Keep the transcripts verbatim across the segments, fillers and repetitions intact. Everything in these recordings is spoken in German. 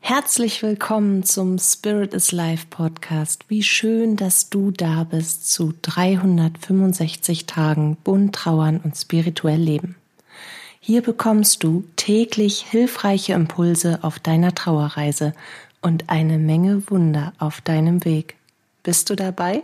Herzlich willkommen zum Spirit is Life Podcast. Wie schön, dass du da bist zu dreihundertfünfundsechzig Tagen bunt trauern und spirituell leben. Hier bekommst du täglich hilfreiche Impulse auf deiner Trauerreise und eine Menge Wunder auf deinem Weg. Bist du dabei?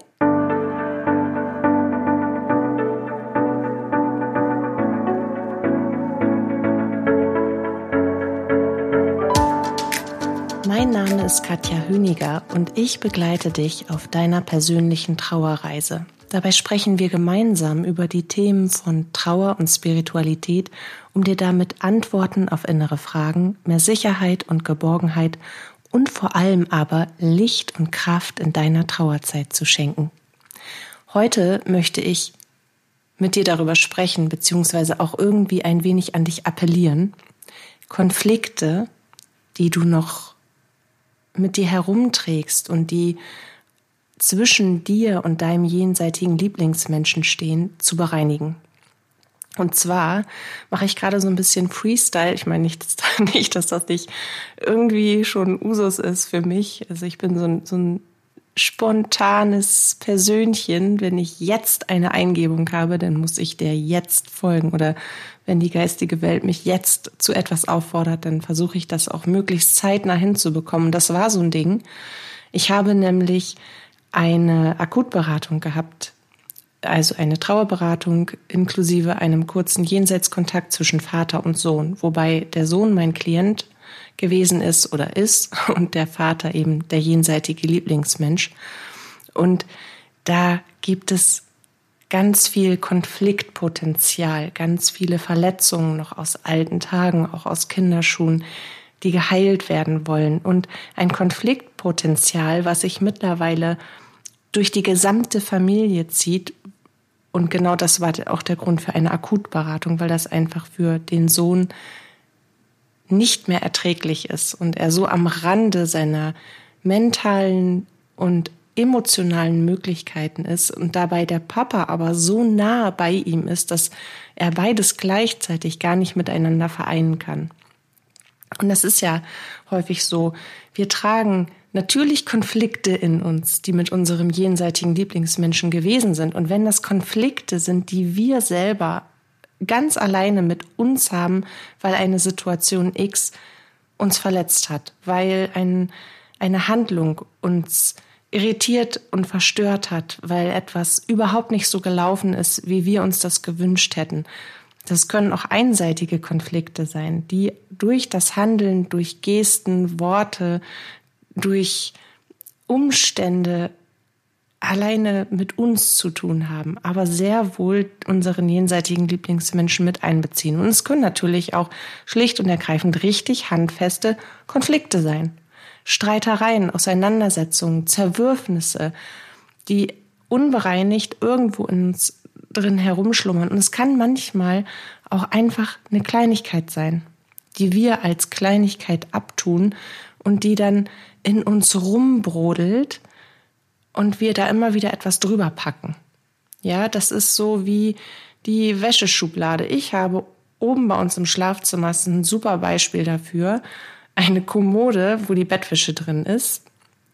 Mein Name ist Katja Hüniger und ich begleite dich auf deiner persönlichen Trauerreise. Dabei sprechen wir gemeinsam über die Themen von Trauer und Spiritualität, um dir damit Antworten auf innere Fragen, mehr Sicherheit und Geborgenheit und vor allem aber Licht und Kraft in deiner Trauerzeit zu schenken. Heute möchte ich mit dir darüber sprechen, beziehungsweise auch irgendwie ein wenig an dich appellieren. Konflikte, die du noch mit dir herumträgst und die zwischen dir und deinem jenseitigen Lieblingsmenschen stehen, zu bereinigen. Und zwar mache ich gerade so ein bisschen Freestyle. Ich meine nicht, dass, nicht, dass das nicht irgendwie schon Usus ist für mich. Also ich bin so ein, so ein spontanes Persönchen. Wenn ich jetzt eine Eingebung habe, dann muss ich der jetzt folgen. Oder wenn die geistige Welt mich jetzt zu etwas auffordert, dann versuche ich das auch möglichst zeitnah hinzubekommen. Das war so ein Ding. Ich habe nämlich eine Akutberatung gehabt, also eine Trauerberatung inklusive einem kurzen Jenseitskontakt zwischen Vater und Sohn, wobei der Sohn mein Klient gewesen ist oder ist und der Vater eben der jenseitige Lieblingsmensch. Und da gibt es ganz viel Konfliktpotenzial, ganz viele Verletzungen noch aus alten Tagen, auch aus Kinderschuhen, die geheilt werden wollen. Und ein Konfliktpotenzial, was sich mittlerweile durch die gesamte Familie zieht. Und genau das war auch der Grund für eine Akutberatung, weil das einfach für den Sohn nicht mehr erträglich ist und er so am Rande seiner mentalen und emotionalen Möglichkeiten ist und dabei der Papa aber so nah bei ihm ist, dass er beides gleichzeitig gar nicht miteinander vereinen kann. Und das ist ja häufig so, wir tragen natürlich Konflikte in uns, die mit unserem jenseitigen Lieblingsmenschen gewesen sind. Und wenn das Konflikte sind, die wir selber ganz alleine mit uns haben, weil eine Situation X uns verletzt hat, weil ein, eine Handlung uns irritiert und verstört hat, weil etwas überhaupt nicht so gelaufen ist, wie wir uns das gewünscht hätten. Das können auch einseitige Konflikte sein, die durch das Handeln, durch Gesten, Worte, durch Umstände alleine mit uns zu tun haben, aber sehr wohl unseren jenseitigen Lieblingsmenschen mit einbeziehen. Und es können natürlich auch schlicht und ergreifend richtig handfeste Konflikte sein. Streitereien, Auseinandersetzungen, Zerwürfnisse, die unbereinigt irgendwo in uns drin herumschlummern. Und es kann manchmal auch einfach eine Kleinigkeit sein, die wir als Kleinigkeit abtun und die dann in uns rumbrodelt und wir da immer wieder etwas drüber packen. Ja, das ist so wie die Wäscheschublade. Ich habe oben bei uns im Schlafzimmer, das ist ein super Beispiel dafür, eine Kommode, wo die Bettwäsche drin ist.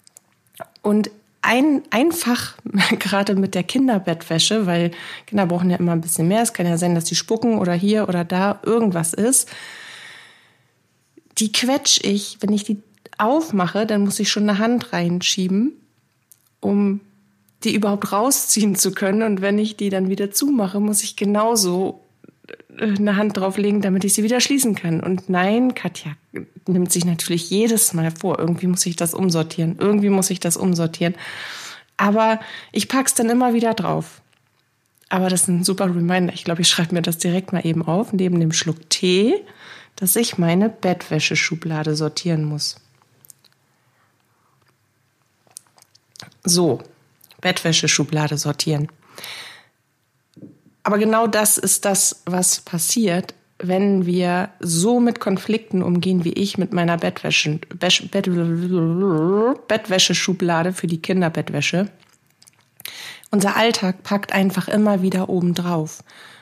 Und ein, einfach, gerade mit der Kinderbettwäsche, weil Kinder brauchen ja immer ein bisschen mehr. Es kann ja sein, dass die spucken oder hier oder da irgendwas ist. Die quetsch ich, wenn ich die aufmache, dann muss ich schon eine Hand reinschieben, um die überhaupt rausziehen zu können. Und wenn ich die dann wieder zumache, muss ich genauso eine Hand drauflegen, damit ich sie wieder schließen kann. Und nein, Katja nimmt sich natürlich jedes Mal vor, irgendwie muss ich das umsortieren, irgendwie muss ich das umsortieren. Aber ich pack's dann immer wieder drauf. Aber das ist ein super Reminder. Ich glaube, ich schreibe mir das direkt mal eben auf, neben dem Schluck Tee, dass ich meine Bettwäscheschublade sortieren muss. So, Bettwäscheschublade sortieren. Aber genau das ist das, was passiert, wenn wir so mit Konflikten umgehen, wie ich mit meiner Bettwäsche, Bett, Bett, Bettwäscheschublade für die Kinderbettwäsche. Unser Alltag packt einfach immer wieder oben drauf.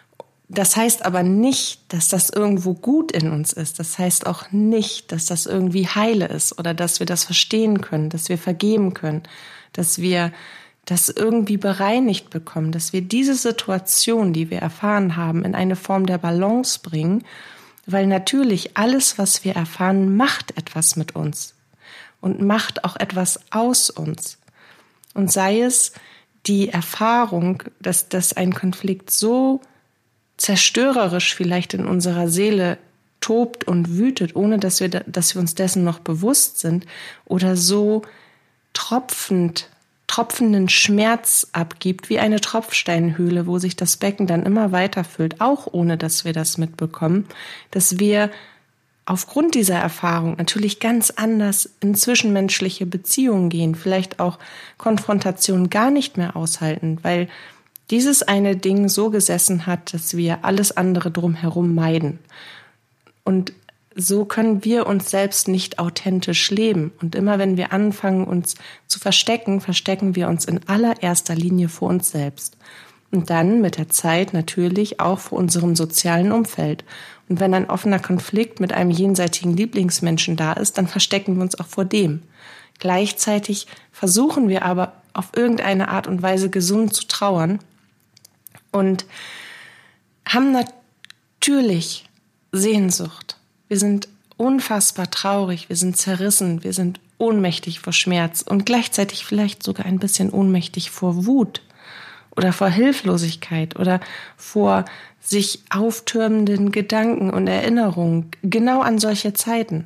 Das heißt aber nicht, dass das irgendwo gut in uns ist. Das heißt auch nicht, dass das irgendwie heile ist oder dass wir das verstehen können, dass wir vergeben können, dass wir das irgendwie bereinigt bekommen, dass wir diese Situation, die wir erfahren haben, in eine Form der Balance bringen, weil natürlich alles, was wir erfahren, macht etwas mit uns und macht auch etwas aus uns. Und sei es die Erfahrung, dass, dass ein Konflikt so zerstörerisch vielleicht in unserer Seele tobt und wütet, ohne dass wir, dass wir uns dessen noch bewusst sind, oder so tropfend, tropfenden Schmerz abgibt, wie eine Tropfsteinhöhle, wo sich das Becken dann immer weiter füllt, auch ohne dass wir das mitbekommen, dass wir aufgrund dieser Erfahrung natürlich ganz anders in zwischenmenschliche Beziehungen gehen, vielleicht auch Konfrontation gar nicht mehr aushalten, weil dieses eine Ding so gesessen hat, dass wir alles andere drumherum meiden. Und so können wir uns selbst nicht authentisch leben. Und immer wenn wir anfangen, uns zu verstecken, verstecken wir uns in allererster Linie vor uns selbst. Und dann mit der Zeit natürlich auch vor unserem sozialen Umfeld. Und wenn ein offener Konflikt mit einem jenseitigen Lieblingsmenschen da ist, dann verstecken wir uns auch vor dem. Gleichzeitig versuchen wir aber auf irgendeine Art und Weise gesund zu trauern und haben natürlich Sehnsucht. Wir sind unfassbar traurig, wir sind zerrissen, wir sind ohnmächtig vor Schmerz und gleichzeitig vielleicht sogar ein bisschen ohnmächtig vor Wut oder vor Hilflosigkeit oder vor sich auftürmenden Gedanken und Erinnerungen genau an solche Zeiten.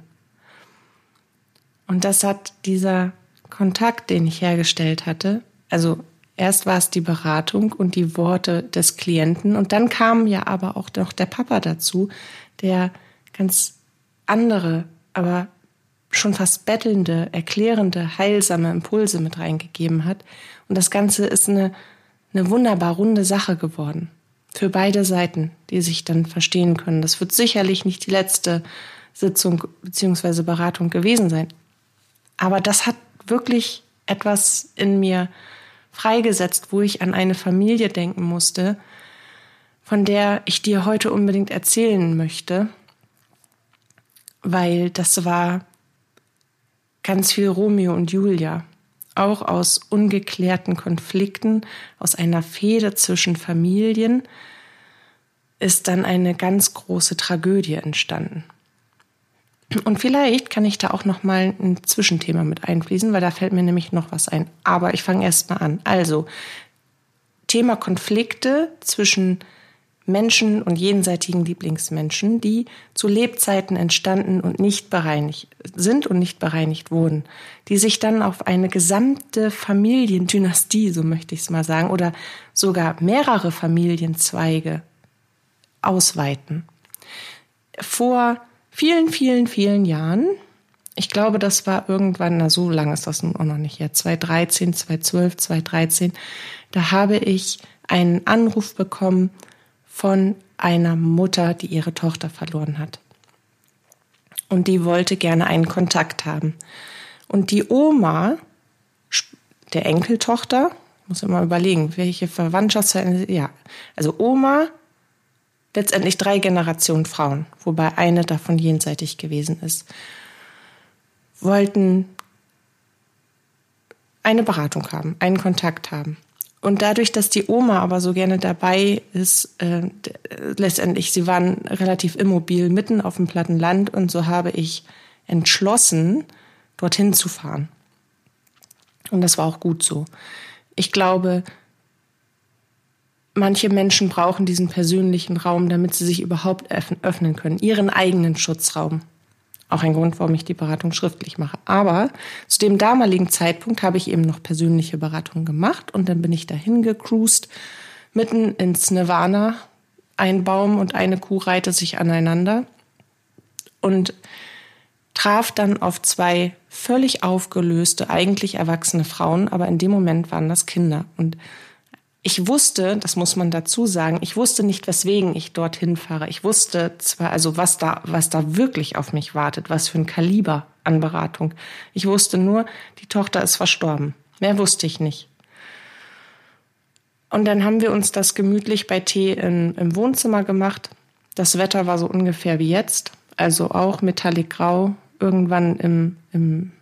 Und das hat dieser Kontakt, den ich hergestellt hatte, also erst war es die Beratung und die Worte des Klienten und dann kam ja aber auch noch der Papa dazu, der ganz andere, aber schon fast bettelnde, erklärende, heilsame Impulse mit reingegeben hat. Und das Ganze ist eine, eine wunderbar runde Sache geworden. Für beide Seiten, die sich dann verstehen können. Das wird sicherlich nicht die letzte Sitzung bzw. Beratung gewesen sein. Aber das hat wirklich etwas in mir freigesetzt, wo ich an eine Familie denken musste, von der ich dir heute unbedingt erzählen möchte, weil das war ganz viel Romeo und Julia, auch aus ungeklärten Konflikten, aus einer Fehde zwischen Familien ist dann eine ganz große Tragödie entstanden. Und vielleicht kann ich da auch noch mal ein Zwischenthema mit einfließen, weil da fällt mir nämlich noch was ein. Aber ich fange erst mal an. Also, Thema Konflikte zwischen Menschen und jenseitigen Lieblingsmenschen, die zu Lebzeiten entstanden und nicht bereinigt sind und nicht bereinigt wurden, die sich dann auf eine gesamte Familiendynastie, so möchte ich es mal sagen, oder sogar mehrere Familienzweige ausweiten. Vor vielen, vielen, vielen Jahren, ich glaube, das war irgendwann, na so lange ist das nun auch noch nicht her, zwanzig dreizehn, zwanzig zwölf, zwanzig dreizehn, da habe ich einen Anruf bekommen von einer Mutter, die ihre Tochter verloren hat. Und die wollte gerne einen Kontakt haben. Und die Oma der Enkeltochter, muss ich mal überlegen, welche Verwandtschaft, ja, also Oma, letztendlich drei Generationen Frauen, wobei eine davon jenseitig gewesen ist, wollten eine Beratung haben, einen Kontakt haben. Und dadurch, dass die Oma aber so gerne dabei ist, äh, letztendlich, sie waren relativ immobil mitten auf dem platten Land und so habe ich entschlossen, dorthin zu fahren. Und das war auch gut so. Ich glaube, manche Menschen brauchen diesen persönlichen Raum, damit sie sich überhaupt öffnen können, ihren eigenen Schutzraum. Auch ein Grund, warum ich die Beratung schriftlich mache. Aber zu dem damaligen Zeitpunkt habe ich eben noch persönliche Beratungen gemacht und dann bin ich dahin gecruised, mitten ins Nirvana. Ein Baum und eine Kuh reihte sich aneinander und traf dann auf zwei völlig aufgelöste, eigentlich erwachsene Frauen, aber in dem Moment waren das Kinder. Und ich wusste, das muss man dazu sagen, ich wusste nicht, weswegen ich dorthin fahre. Ich wusste zwar, also was da, was da wirklich auf mich wartet, was für ein Kaliber an Beratung. Ich wusste nur, die Tochter ist verstorben. Mehr wusste ich nicht. Und dann haben wir uns das gemütlich bei Tee in, im Wohnzimmer gemacht. Das Wetter war so ungefähr wie jetzt, also auch metallic grau, irgendwann im, im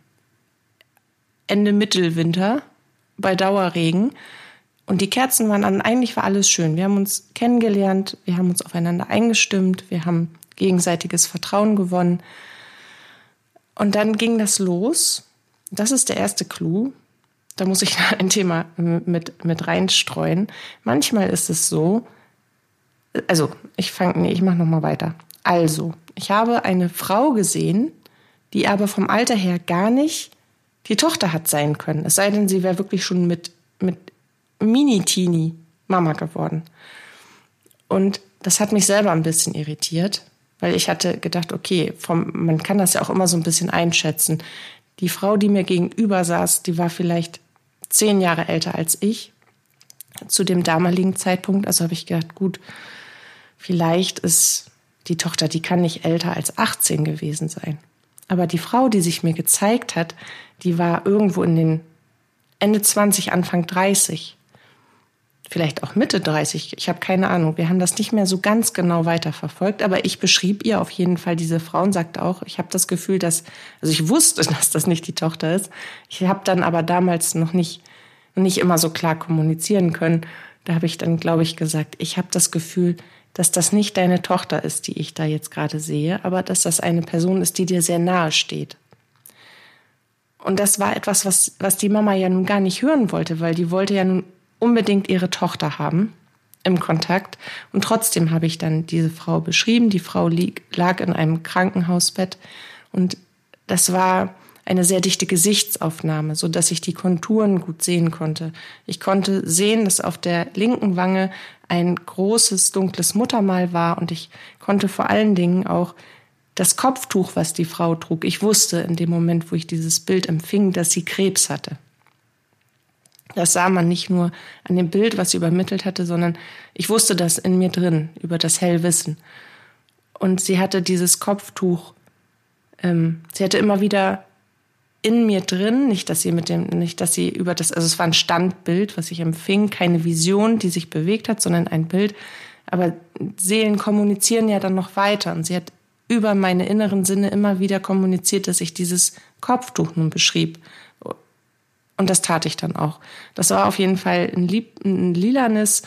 Ende Mittelwinter bei Dauerregen. Und die Kerzen waren an, eigentlich war alles schön. Wir haben uns kennengelernt, wir haben uns aufeinander eingestimmt, wir haben gegenseitiges Vertrauen gewonnen. Und dann ging das los. Das ist der erste Clou. Da muss ich ein Thema mit, mit reinstreuen. Manchmal ist es so, also ich fange, nee, ich mache nochmal weiter. Also, ich habe eine Frau gesehen, die aber vom Alter her gar nicht die Tochter hat sein können. Es sei denn, sie wäre wirklich schon mit, mit Mini-Teenie Mama geworden. Und das hat mich selber ein bisschen irritiert, weil ich hatte gedacht, okay, vom, man kann das ja auch immer so ein bisschen einschätzen. Die Frau, die mir gegenüber saß, die war vielleicht zehn Jahre älter als ich zu dem damaligen Zeitpunkt. Also habe ich gedacht, gut, vielleicht ist die Tochter, die kann nicht älter als achtzehn gewesen sein. Aber die Frau, die sich mir gezeigt hat, die war irgendwo in den Ende zwanzig, Anfang dreißig. Vielleicht auch Mitte dreißig, ich habe keine Ahnung. Wir haben das nicht mehr so ganz genau weiterverfolgt, aber ich beschrieb ihr auf jeden Fall diese Frau und sagte auch, ich habe das Gefühl, dass, also ich wusste, dass das nicht die Tochter ist. Ich habe dann aber damals noch nicht, nicht immer so klar kommunizieren können. Da habe ich dann, glaube ich, gesagt, ich habe das Gefühl, dass das nicht deine Tochter ist, die ich da jetzt gerade sehe, aber dass das eine Person ist, die dir sehr nahe steht. Und das war etwas, was, was die Mama ja nun gar nicht hören wollte, weil die wollte ja nun unbedingt ihre Tochter haben im Kontakt. Und trotzdem habe ich dann diese Frau beschrieben. Die Frau lieg, lag in einem Krankenhausbett und das war eine sehr dichte Gesichtsaufnahme, so dass ich die Konturen gut sehen konnte. Ich konnte sehen, dass auf der linken Wange ein großes, dunkles Muttermal war und ich konnte vor allen Dingen auch das Kopftuch, was die Frau trug. Ich wusste in dem Moment, wo ich dieses Bild empfing, dass sie Krebs hatte. Das sah man nicht nur an dem Bild, was sie übermittelt hatte, sondern ich wusste das in mir drin, über das Hellwissen. Und sie hatte dieses Kopftuch, ähm, sie hatte immer wieder in mir drin, nicht, dass sie mit dem, nicht, dass sie über das, also es war ein Standbild, was ich empfing, keine Vision, die sich bewegt hat, sondern ein Bild. Aber Seelen kommunizieren ja dann noch weiter und sie hat über meine inneren Sinne immer wieder kommuniziert, dass ich dieses Kopftuch nun beschrieb. Und das tat ich dann auch. Das war auf jeden Fall ein, Lieb, ein lilanes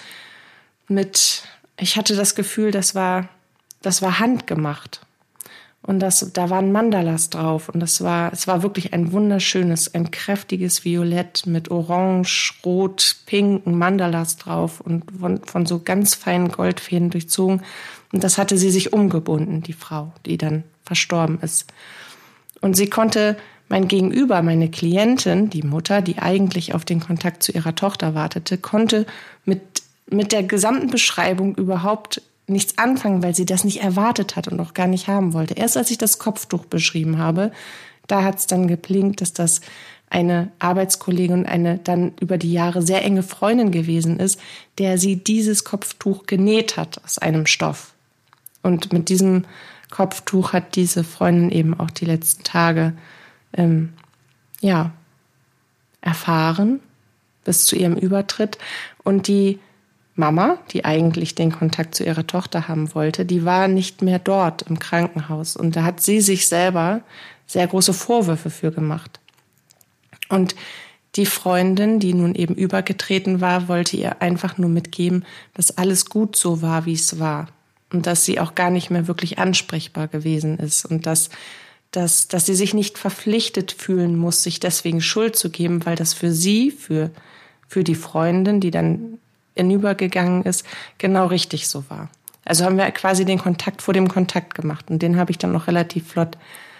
mit, ich hatte das Gefühl, das war, das war handgemacht. Und das, da waren Mandalas drauf. Und das war, es war wirklich ein wunderschönes, ein kräftiges Violett mit Orange, Rot, pinken Mandalas drauf und von, von so ganz feinen Goldfäden durchzogen. Und das hatte sie sich umgebunden, die Frau, die dann verstorben ist. Und sie konnte mein Gegenüber, meine Klientin, die Mutter, die eigentlich auf den Kontakt zu ihrer Tochter wartete, konnte mit, mit der gesamten Beschreibung überhaupt nichts anfangen, weil sie das nicht erwartet hat und auch gar nicht haben wollte. Erst als ich das Kopftuch beschrieben habe, da hat es dann geblinkt, dass das eine Arbeitskollegin und eine dann über die Jahre sehr enge Freundin gewesen ist, der sie dieses Kopftuch genäht hat aus einem Stoff. Und mit diesem Kopftuch hat diese Freundin eben auch die letzten Tage ähm, ja, erfahren bis zu ihrem Übertritt. Und die Mama, die eigentlich den Kontakt zu ihrer Tochter haben wollte, die war nicht mehr dort im Krankenhaus. Und da hat sie sich selber sehr große Vorwürfe für gemacht. Und die Freundin, die nun eben übergetreten war, wollte ihr einfach nur mitgeben, dass alles gut so war, wie es war. Und dass sie auch gar nicht mehr wirklich ansprechbar gewesen ist. Und dass, dass, dass sie sich nicht verpflichtet fühlen muss, sich deswegen Schuld zu geben, weil das für sie, für, für die Freundin, die dann hinübergegangen ist, genau richtig so war. Also haben wir quasi den Kontakt vor dem Kontakt gemacht. Und den habe ich dann noch relativ flott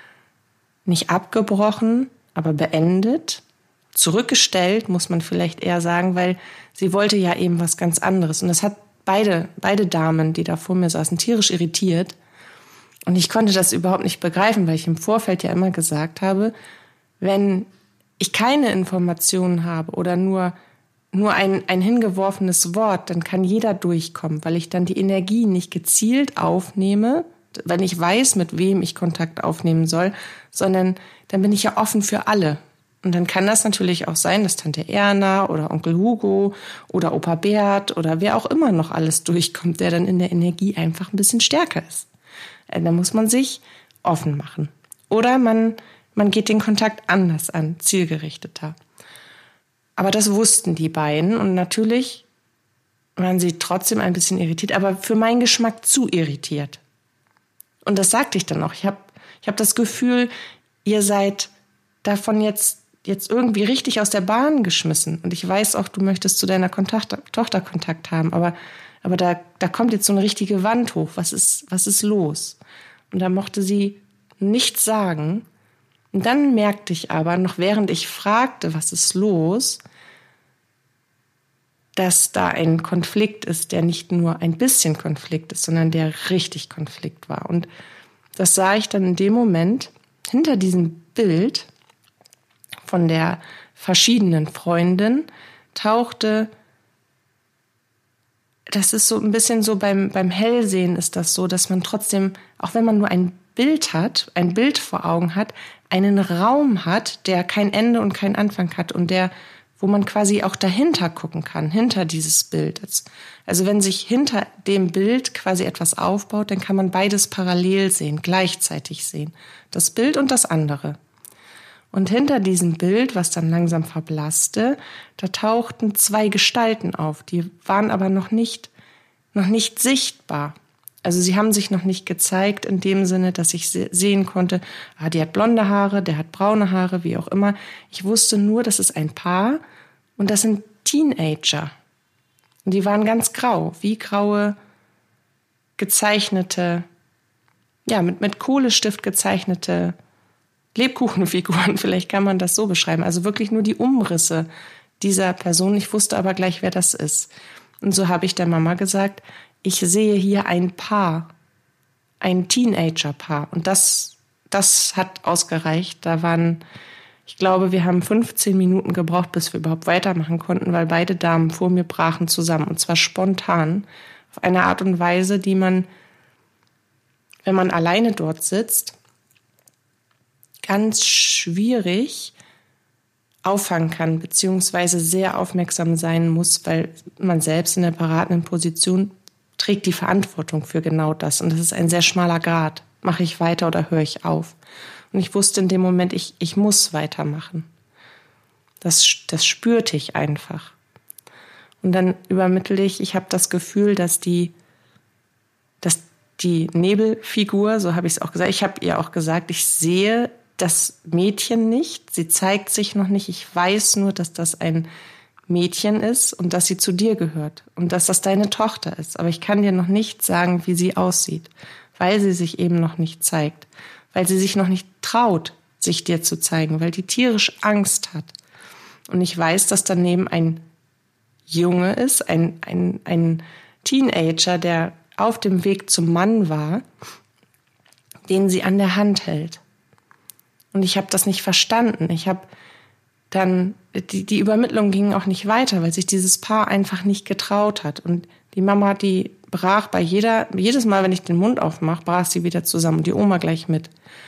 nicht abgebrochen, aber beendet. Zurückgestellt, muss man vielleicht eher sagen, weil sie wollte ja eben was ganz anderes. Und das hat beide, beide Damen, die da vor mir saßen, tierisch irritiert. Und ich konnte das überhaupt nicht begreifen, weil ich im Vorfeld ja immer gesagt habe, wenn ich keine Informationen habe oder nur nur ein, ein hingeworfenes Wort, dann kann jeder durchkommen, weil ich dann die Energie nicht gezielt aufnehme, weil ich weiß, mit wem ich Kontakt aufnehmen soll, sondern dann bin ich ja offen für alle. Und dann kann das natürlich auch sein, dass Tante Erna oder Onkel Hugo oder Opa Bert oder wer auch immer noch alles durchkommt, der dann in der Energie einfach ein bisschen stärker ist. Da muss man sich offen machen. Oder man, man geht den Kontakt anders an, zielgerichteter. Aber das wussten die beiden und natürlich waren sie trotzdem ein bisschen irritiert, aber für meinen Geschmack zu irritiert. Und das sagte ich dann auch. Ich habe ich hab das Gefühl, ihr seid davon jetzt, jetzt irgendwie richtig aus der Bahn geschmissen. Und ich weiß auch, du möchtest zu deiner Kontakt, Tochter Kontakt haben, aber, aber da, da kommt jetzt so eine richtige Wand hoch. Was ist, was ist los? Und da mochte sie nichts sagen. Und dann merkte ich aber, noch während ich fragte, was ist los, dass da ein Konflikt ist, der nicht nur ein bisschen Konflikt ist, sondern der richtig Konflikt war. Und das sah ich dann in dem Moment hinter diesem Bild von der verschiedenen Freundin tauchte, das ist so ein bisschen so beim, beim Hellsehen ist das so, dass man trotzdem, auch wenn man nur ein Bild hat, ein Bild vor Augen hat, einen Raum hat, der kein Ende und keinen Anfang hat und der, wo man quasi auch dahinter gucken kann, hinter dieses Bild. Also wenn sich hinter dem Bild quasi etwas aufbaut, dann kann man beides parallel sehen, gleichzeitig sehen. Das Bild und das andere. Und hinter diesem Bild, was dann langsam verblasste, da tauchten zwei Gestalten auf. Die waren aber noch nicht, noch nicht sichtbar. Also sie haben sich noch nicht gezeigt in dem Sinne, dass ich sehen konnte, ah, die hat blonde Haare, der hat braune Haare, wie auch immer. Ich wusste nur, das ist ein Paar und das sind Teenager. Und die waren ganz grau, wie graue, gezeichnete, ja, mit, mit Kohlestift gezeichnete Lebkuchenfiguren, vielleicht kann man das so beschreiben. Also wirklich nur die Umrisse dieser Person. Ich wusste aber gleich, wer das ist. Und so habe ich der Mama gesagt, ich sehe hier ein Paar, ein Teenager-Paar. Und das, das hat ausgereicht. Da waren, ich glaube, wir haben fünfzehn Minuten gebraucht, bis wir überhaupt weitermachen konnten, weil beide Damen vor mir brachen zusammen. Und zwar spontan, auf eine Art und Weise, die man, wenn man alleine dort sitzt, ganz schwierig auffangen kann, beziehungsweise sehr aufmerksam sein muss, weil man selbst in der beratenden Position trägt die Verantwortung für genau das. Und das ist ein sehr schmaler Grat. Mache ich weiter oder höre ich auf? Und ich wusste in dem Moment, ich, ich muss weitermachen. Das, das spürte ich einfach. Und dann übermittle ich, ich habe das Gefühl, dass die, dass die Nebelfigur, so habe ich es auch gesagt, ich habe ihr auch gesagt, ich sehe das Mädchen nicht, sie zeigt sich noch nicht, ich weiß nur, dass das ein Mädchen ist und dass sie zu dir gehört und dass das deine Tochter ist. Aber ich kann dir noch nicht sagen, wie sie aussieht, weil sie sich eben noch nicht zeigt, weil sie sich noch nicht traut, sich dir zu zeigen, weil die tierisch Angst hat. Und ich weiß, dass daneben ein Junge ist, ein, ein, ein Teenager, der auf dem Weg zum Mann war, den sie an der Hand hält. Und ich habe das nicht verstanden. Ich habe dann, die, die Übermittlung ging auch nicht weiter, weil sich dieses Paar einfach nicht getraut hat. Und die Mama, die brach bei jeder, jedes Mal, wenn ich den Mund aufmache, brach sie wieder zusammen und die Oma gleich mit.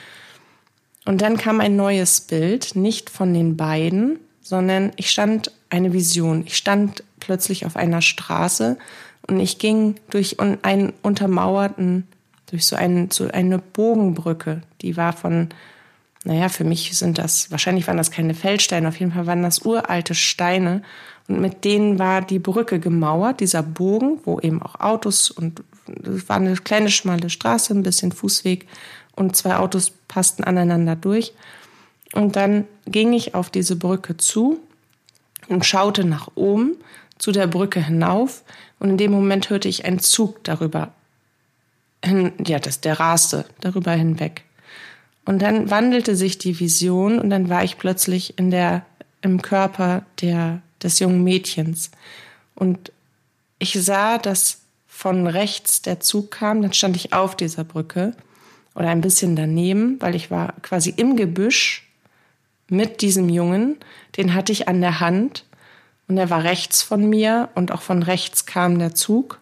Und dann kam ein neues Bild, nicht von den beiden, sondern ich stand, eine Vision. Ich stand plötzlich auf einer Straße und ich ging durch einen untermauerten, durch so, einen, so eine Bogenbrücke, die war von, naja, für mich sind das, wahrscheinlich waren das keine Feldsteine, auf jeden Fall waren das uralte Steine. Und mit denen war die Brücke gemauert, dieser Bogen, wo eben auch Autos und es war eine kleine schmale Straße, ein bisschen Fußweg und zwei Autos passten aneinander durch. Und dann ging ich auf diese Brücke zu und schaute nach oben zu der Brücke hinauf. Und in dem Moment hörte ich einen Zug darüber hin, ja, das, der raste darüber hinweg. Und dann wandelte sich die Vision und dann war ich plötzlich in der, im Körper der, des jungen Mädchens. Und ich sah, dass von rechts der Zug kam, dann stand ich auf dieser Brücke oder ein bisschen daneben, weil ich war quasi im Gebüsch mit diesem Jungen, den hatte ich an der Hand und er war rechts von mir und auch von rechts kam der Zug.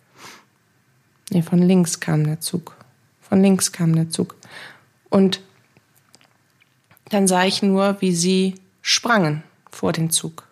Nee, von links kam der Zug. Von links kam der Zug. Und dann sah ich nur, wie sie sprangen vor den Zug.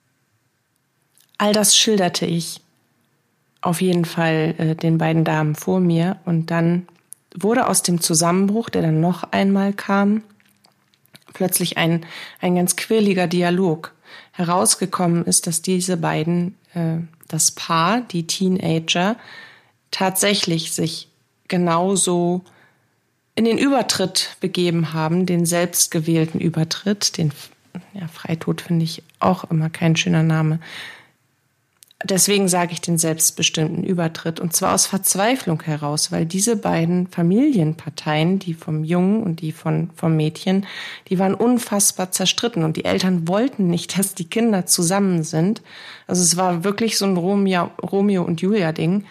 All das schilderte ich auf jeden Fall äh, den beiden Damen vor mir und dann wurde aus dem Zusammenbruch, der dann noch einmal kam, plötzlich ein, ein ganz quirliger Dialog. Herausgekommen ist, dass diese beiden, äh, das Paar, die Teenager, tatsächlich sich genauso in den Übertritt begeben haben, den selbstgewählten Übertritt, den ja, Freitod finde ich auch immer kein schöner Name. Deswegen sage ich den selbstbestimmten Übertritt und zwar aus Verzweiflung heraus, weil diese beiden Familienparteien, die vom Jungen und die von, vom Mädchen, die waren unfassbar zerstritten und die Eltern wollten nicht, dass die Kinder zusammen sind. Also es war wirklich so ein Romeo, Romeo und Julia Ding.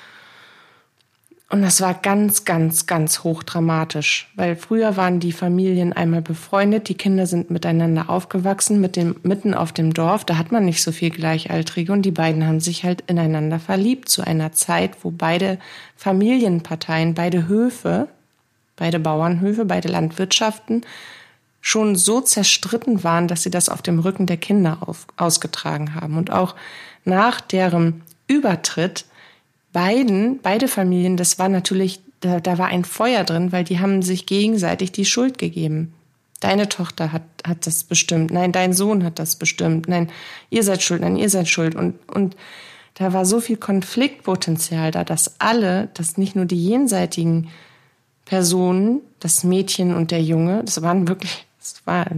Und das war ganz, ganz, ganz hochdramatisch, weil früher waren die Familien einmal befreundet, die Kinder sind miteinander aufgewachsen, mit dem, mitten auf dem Dorf, da hat man nicht so viel Gleichaltrige und die beiden haben sich halt ineinander verliebt zu einer Zeit, wo beide Familienparteien, beide Höfe, beide Bauernhöfe, beide Landwirtschaften schon so zerstritten waren, dass sie das auf dem Rücken der Kinder auf, ausgetragen haben. Und auch nach deren Übertritt Beiden, beide Familien, das war natürlich, da, da war ein Feuer drin, weil die haben sich gegenseitig die Schuld gegeben. Deine Tochter hat, hat das bestimmt, nein, dein Sohn hat das bestimmt, nein, ihr seid schuld, nein, ihr seid schuld. Und, und da war so viel Konfliktpotenzial da, dass alle, dass nicht nur die jenseitigen Personen, das Mädchen und der Junge, das waren wirklich, das war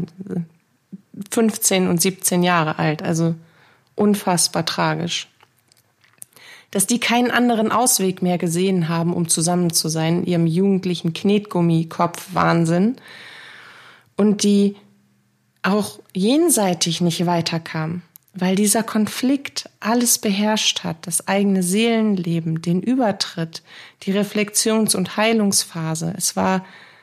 fünfzehn und siebzehn Jahre alt, also unfassbar tragisch. Dass die keinen anderen Ausweg mehr gesehen haben, um zusammen zu sein, in ihrem jugendlichen Knetgummikopf-Wahnsinn und die auch jenseitig nicht weiterkamen, weil dieser Konflikt alles beherrscht hat, das eigene Seelenleben, den Übertritt, die Reflexions- und Heilungsphase. Es war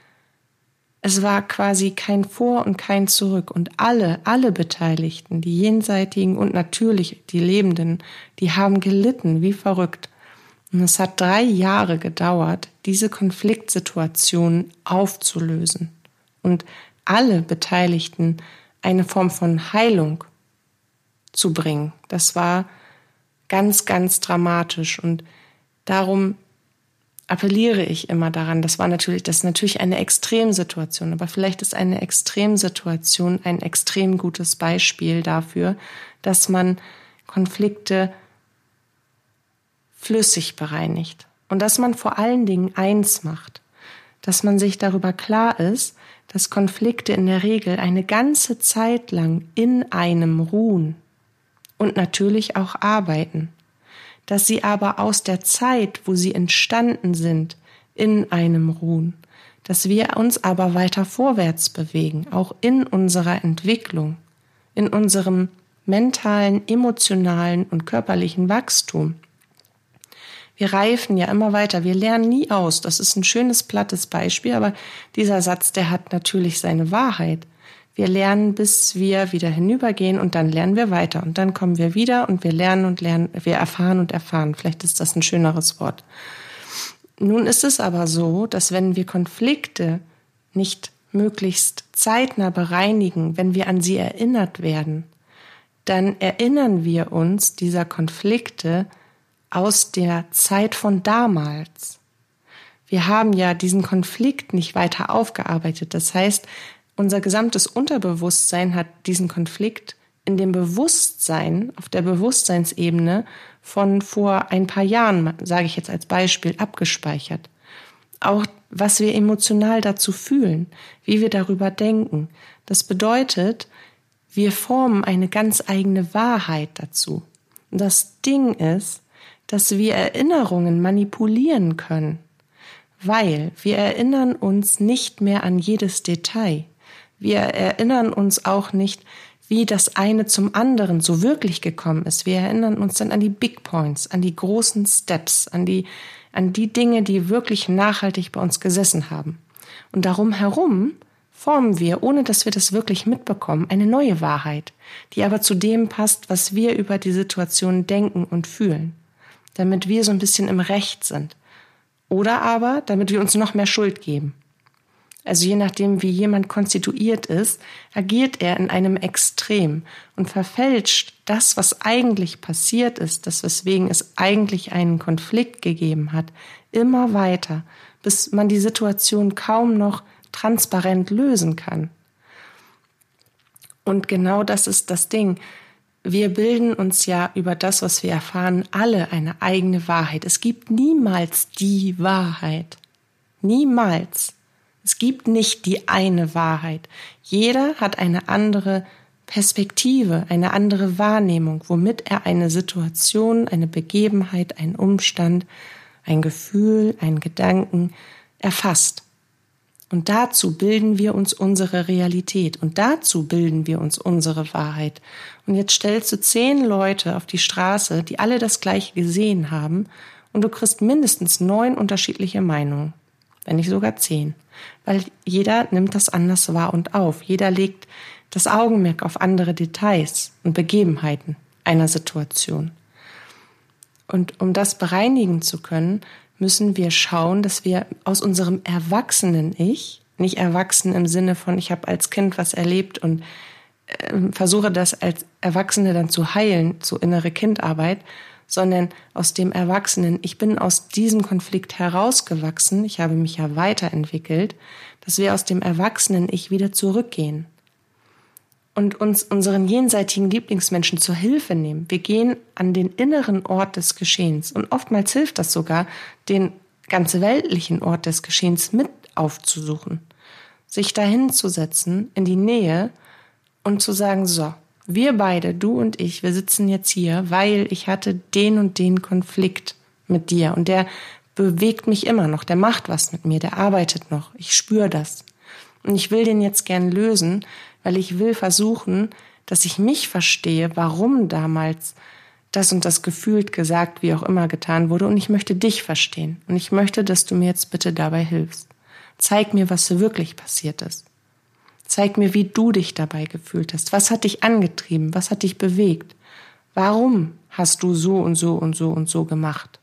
Es war quasi kein Vor und kein Zurück und alle, alle Beteiligten, die Jenseitigen und natürlich die Lebenden, die haben gelitten wie verrückt. Und es hat drei Jahre gedauert, diese Konfliktsituation aufzulösen und alle Beteiligten eine Form von Heilung zu bringen. Das war ganz, ganz dramatisch und darum appelliere ich immer daran, das war natürlich, das ist natürlich eine Extremsituation, aber vielleicht ist eine Extremsituation ein extrem gutes Beispiel dafür, dass man Konflikte flüssig bereinigt und dass man vor allen Dingen eins macht, dass man sich darüber klar ist, dass Konflikte in der Regel eine ganze Zeit lang in einem ruhen und natürlich auch arbeiten, dass sie aber aus der Zeit, wo sie entstanden sind, in einem ruhen, dass wir uns aber weiter vorwärts bewegen, auch in unserer Entwicklung, in unserem mentalen, emotionalen und körperlichen Wachstum. Wir reifen ja immer weiter, wir lernen nie aus. Das ist ein schönes, plattes Beispiel, aber dieser Satz, der hat natürlich seine Wahrheit. Wir lernen, bis wir wieder hinübergehen und dann lernen wir weiter. Und dann kommen wir wieder und wir lernen und lernen, wir erfahren und erfahren. Vielleicht ist das ein schöneres Wort. Nun ist es aber so, dass wenn wir Konflikte nicht möglichst zeitnah bereinigen, wenn wir an sie erinnert werden, dann erinnern wir uns dieser Konflikte aus der Zeit von damals. Wir haben ja diesen Konflikt nicht weiter aufgearbeitet. Das heißt, unser gesamtes Unterbewusstsein hat diesen Konflikt in dem Bewusstsein, auf der Bewusstseinsebene von vor ein paar Jahren, sage ich jetzt als Beispiel, abgespeichert. Auch was wir emotional dazu fühlen, wie wir darüber denken. Das bedeutet, wir formen eine ganz eigene Wahrheit dazu. Und das Ding ist, dass wir Erinnerungen manipulieren können, weil wir erinnern uns nicht mehr an jedes Detail. Wir erinnern uns auch nicht, wie das eine zum anderen so wirklich gekommen ist. Wir erinnern uns dann an die Big Points, an die großen Steps, an die, an die Dinge, die wirklich nachhaltig bei uns gesessen haben. Und darum herum formen wir, ohne dass wir das wirklich mitbekommen, eine neue Wahrheit, die aber zu dem passt, was wir über die Situation denken und fühlen, damit wir so ein bisschen im Recht sind. Oder aber, damit wir uns noch mehr Schuld geben. Also je nachdem, wie jemand konstituiert ist, agiert er in einem Extrem und verfälscht das, was eigentlich passiert ist, das, weswegen es eigentlich einen Konflikt gegeben hat, immer weiter, bis man die Situation kaum noch transparent lösen kann. Und genau das ist das Ding. Wir bilden uns ja über das, was wir erfahren, alle eine eigene Wahrheit. Es gibt niemals die Wahrheit. Niemals. Es gibt nicht die eine Wahrheit. Jeder hat eine andere Perspektive, eine andere Wahrnehmung, womit er eine Situation, eine Begebenheit, einen Umstand, ein Gefühl, einen Gedanken erfasst. Und dazu bilden wir uns unsere Realität und dazu bilden wir uns unsere Wahrheit. Und jetzt stellst du zehn Leute auf die Straße, die alle das Gleiche gesehen haben, und du kriegst mindestens neun unterschiedliche Meinungen, wenn nicht sogar zehn. Weil jeder nimmt das anders wahr und auf. Jeder legt das Augenmerk auf andere Details und Begebenheiten einer Situation. Und um das bereinigen zu können, müssen wir schauen, dass wir aus unserem erwachsenen Ich, nicht erwachsen im Sinne von, ich habe als Kind was erlebt und äh, versuche das als Erwachsene dann zu heilen, so innere Kindarbeit, sondern aus dem Erwachsenen, ich bin aus diesem Konflikt herausgewachsen, ich habe mich ja weiterentwickelt, dass wir aus dem erwachsenen Ich wieder zurückgehen und uns unseren jenseitigen Lieblingsmenschen zur Hilfe nehmen. Wir gehen an den inneren Ort des Geschehens und oftmals hilft das sogar, den ganze weltlichen Ort des Geschehens mit aufzusuchen, sich dahin zu setzen, in die Nähe und zu sagen, so, wir beide, du und ich, wir sitzen jetzt hier, weil ich hatte den und den Konflikt mit dir und der bewegt mich immer noch, der macht was mit mir, der arbeitet noch, ich spüre das. Und ich will den jetzt gern lösen, weil ich will versuchen, dass ich mich verstehe, warum damals das und das gefühlt, gesagt, wie auch immer getan wurde und ich möchte dich verstehen und ich möchte, dass du mir jetzt bitte dabei hilfst. Zeig mir, was wirklich passiert ist. Zeig mir, wie du dich dabei gefühlt hast. Was hat dich angetrieben? Was hat dich bewegt? Warum hast du so und so und so und so gemacht?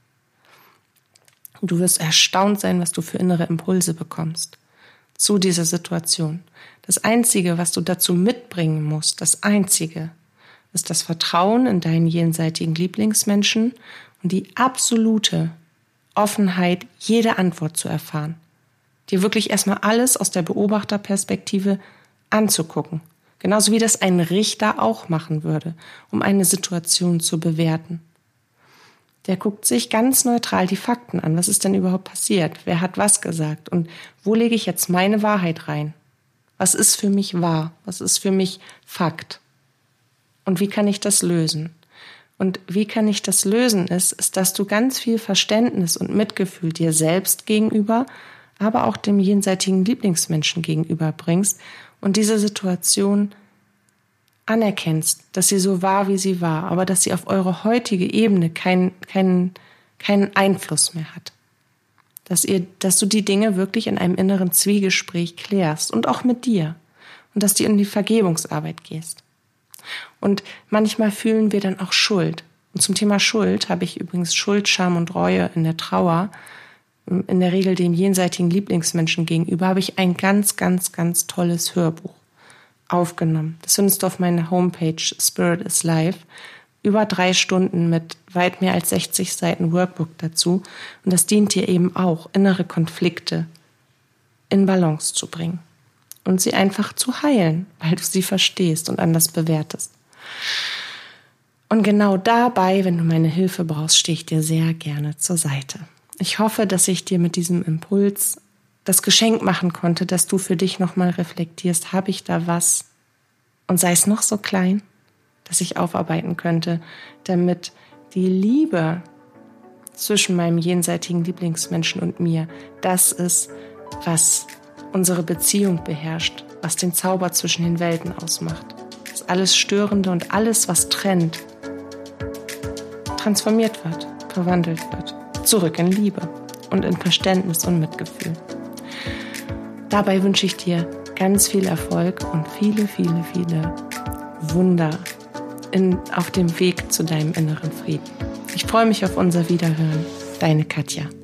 Du wirst erstaunt sein, was du für innere Impulse bekommst zu dieser Situation. Das Einzige, was du dazu mitbringen musst, das Einzige, ist das Vertrauen in deinen jenseitigen Lieblingsmenschen und die absolute Offenheit, jede Antwort zu erfahren. Dir wirklich erstmal alles aus der Beobachterperspektive anzugucken. Genauso wie das ein Richter auch machen würde, um eine Situation zu bewerten. Der guckt sich ganz neutral die Fakten an. Was ist denn überhaupt passiert? Wer hat was gesagt? Und wo lege ich jetzt meine Wahrheit rein? Was ist für mich wahr? Was ist für mich Fakt? Und wie kann ich das lösen? Und wie kann ich das lösen ist, ist, dass du ganz viel Verständnis und Mitgefühl dir selbst gegenüber, aber auch dem jenseitigen Lieblingsmenschen gegenüber bringst und diese Situation anerkennst, dass sie so war, wie sie war, aber dass sie auf eure heutige Ebene keinen keinen keinen Einfluss mehr hat. Dass ihr, dass du die Dinge wirklich in einem inneren Zwiegespräch klärst und auch mit dir und dass du in die Vergebungsarbeit gehst. Und manchmal fühlen wir dann auch Schuld. Und zum Thema Schuld habe ich übrigens Schuld, Scham und Reue in der Trauer, in der Regel dem jenseitigen Lieblingsmenschen gegenüber, habe ich ein ganz, ganz, ganz tolles Hörbuch aufgenommen. Das findest du auf meiner Homepage Spirit is Life. Über drei Stunden mit weit mehr als sechzig Seiten Workbook dazu. Und das dient dir eben auch, innere Konflikte in Balance zu bringen. Und sie einfach zu heilen, weil du sie verstehst und anders bewertest. Und genau dabei, wenn du meine Hilfe brauchst, stehe ich dir sehr gerne zur Seite. Ich hoffe, dass ich dir mit diesem Impuls das Geschenk machen konnte, dass du für dich nochmal reflektierst, habe ich da was? Und sei es noch so klein, dass ich aufarbeiten könnte, damit die Liebe zwischen meinem jenseitigen Lieblingsmenschen und mir das ist, was unsere Beziehung beherrscht, was den Zauber zwischen den Welten ausmacht. Dass alles Störende und alles, was trennt, transformiert wird, verwandelt wird, zurück in Liebe und in Verständnis und Mitgefühl. Dabei wünsche ich dir ganz viel Erfolg und viele, viele, viele Wunder in, auf dem Weg zu deinem inneren Frieden. Ich freue mich auf unser Wiederhören. Deine Katja.